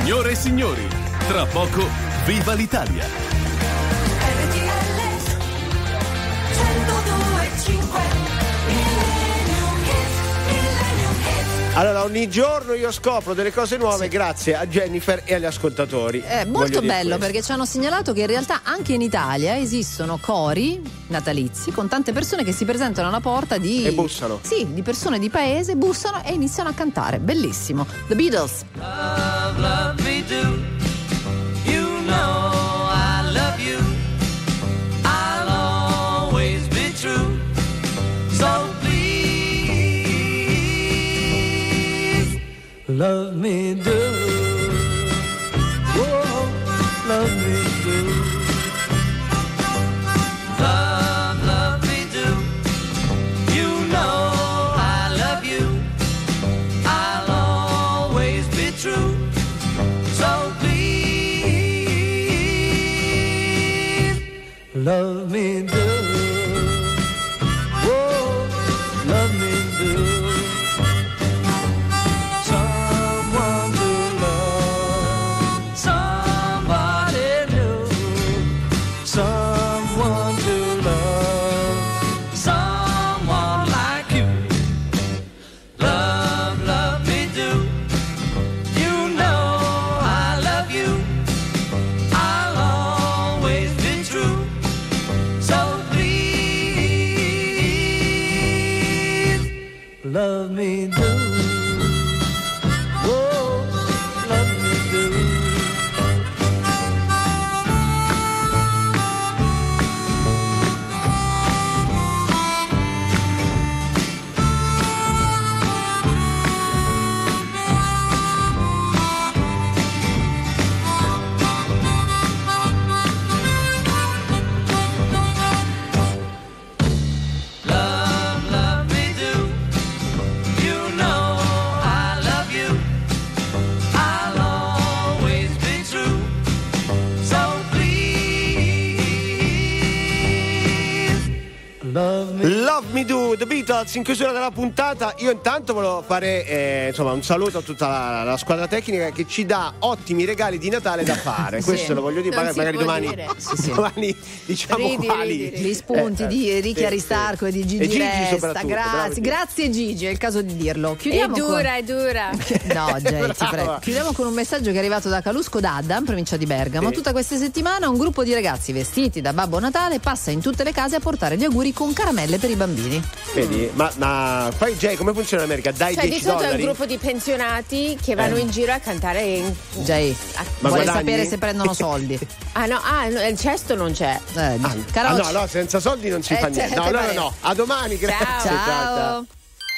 Signore e signori, tra poco viva l'Italia. Allora, ogni giorno io scopro delle cose nuove grazie a Jennifer e agli ascoltatori. È molto bello perché ci hanno segnalato che in realtà anche in Italia esistono cori natalizi con tante persone che si presentano alla porta e bussano. Sì, di persone di paese, bussano e iniziano a cantare. Bellissimo. The Beatles. Love, love me do. You know I love you. I'll always be true. So love me do, oh, love me do. Love, love me do. You know I love you. I'll always be true. So please, love me do. Oh, love me do. Love me do. Oh, love me do. Love Me Do, The Beatles, in chiusura della puntata. Io intanto volevo fare un saluto a tutta la squadra tecnica che ci dà ottimi regali di Natale da fare. Questo lo voglio dire, magari domani diciamo quali. Gli spunti di Ricky Aristarco e di Gigi Resta. Grazie Gigi, è il caso di dirlo. Chiudiamo è dura. No, Jay, ti prego. Chiudiamo con un messaggio che è arrivato da Calusco d'Adda, in provincia di Bergamo. Tutta questa settimana un gruppo di ragazzi vestiti da Babbo Natale passa in tutte le case a portare gli auguri con caramelle per i bambini. Vedi? Ma poi Jay, come funziona in America? Dai, $10. Di solito è un gruppo di pensionati che vanno in giro a cantare Jay, vuole sapere se prendono soldi. No, il cesto non c'è. No, senza soldi non si fa niente. No, a domani, grazie. Ciao.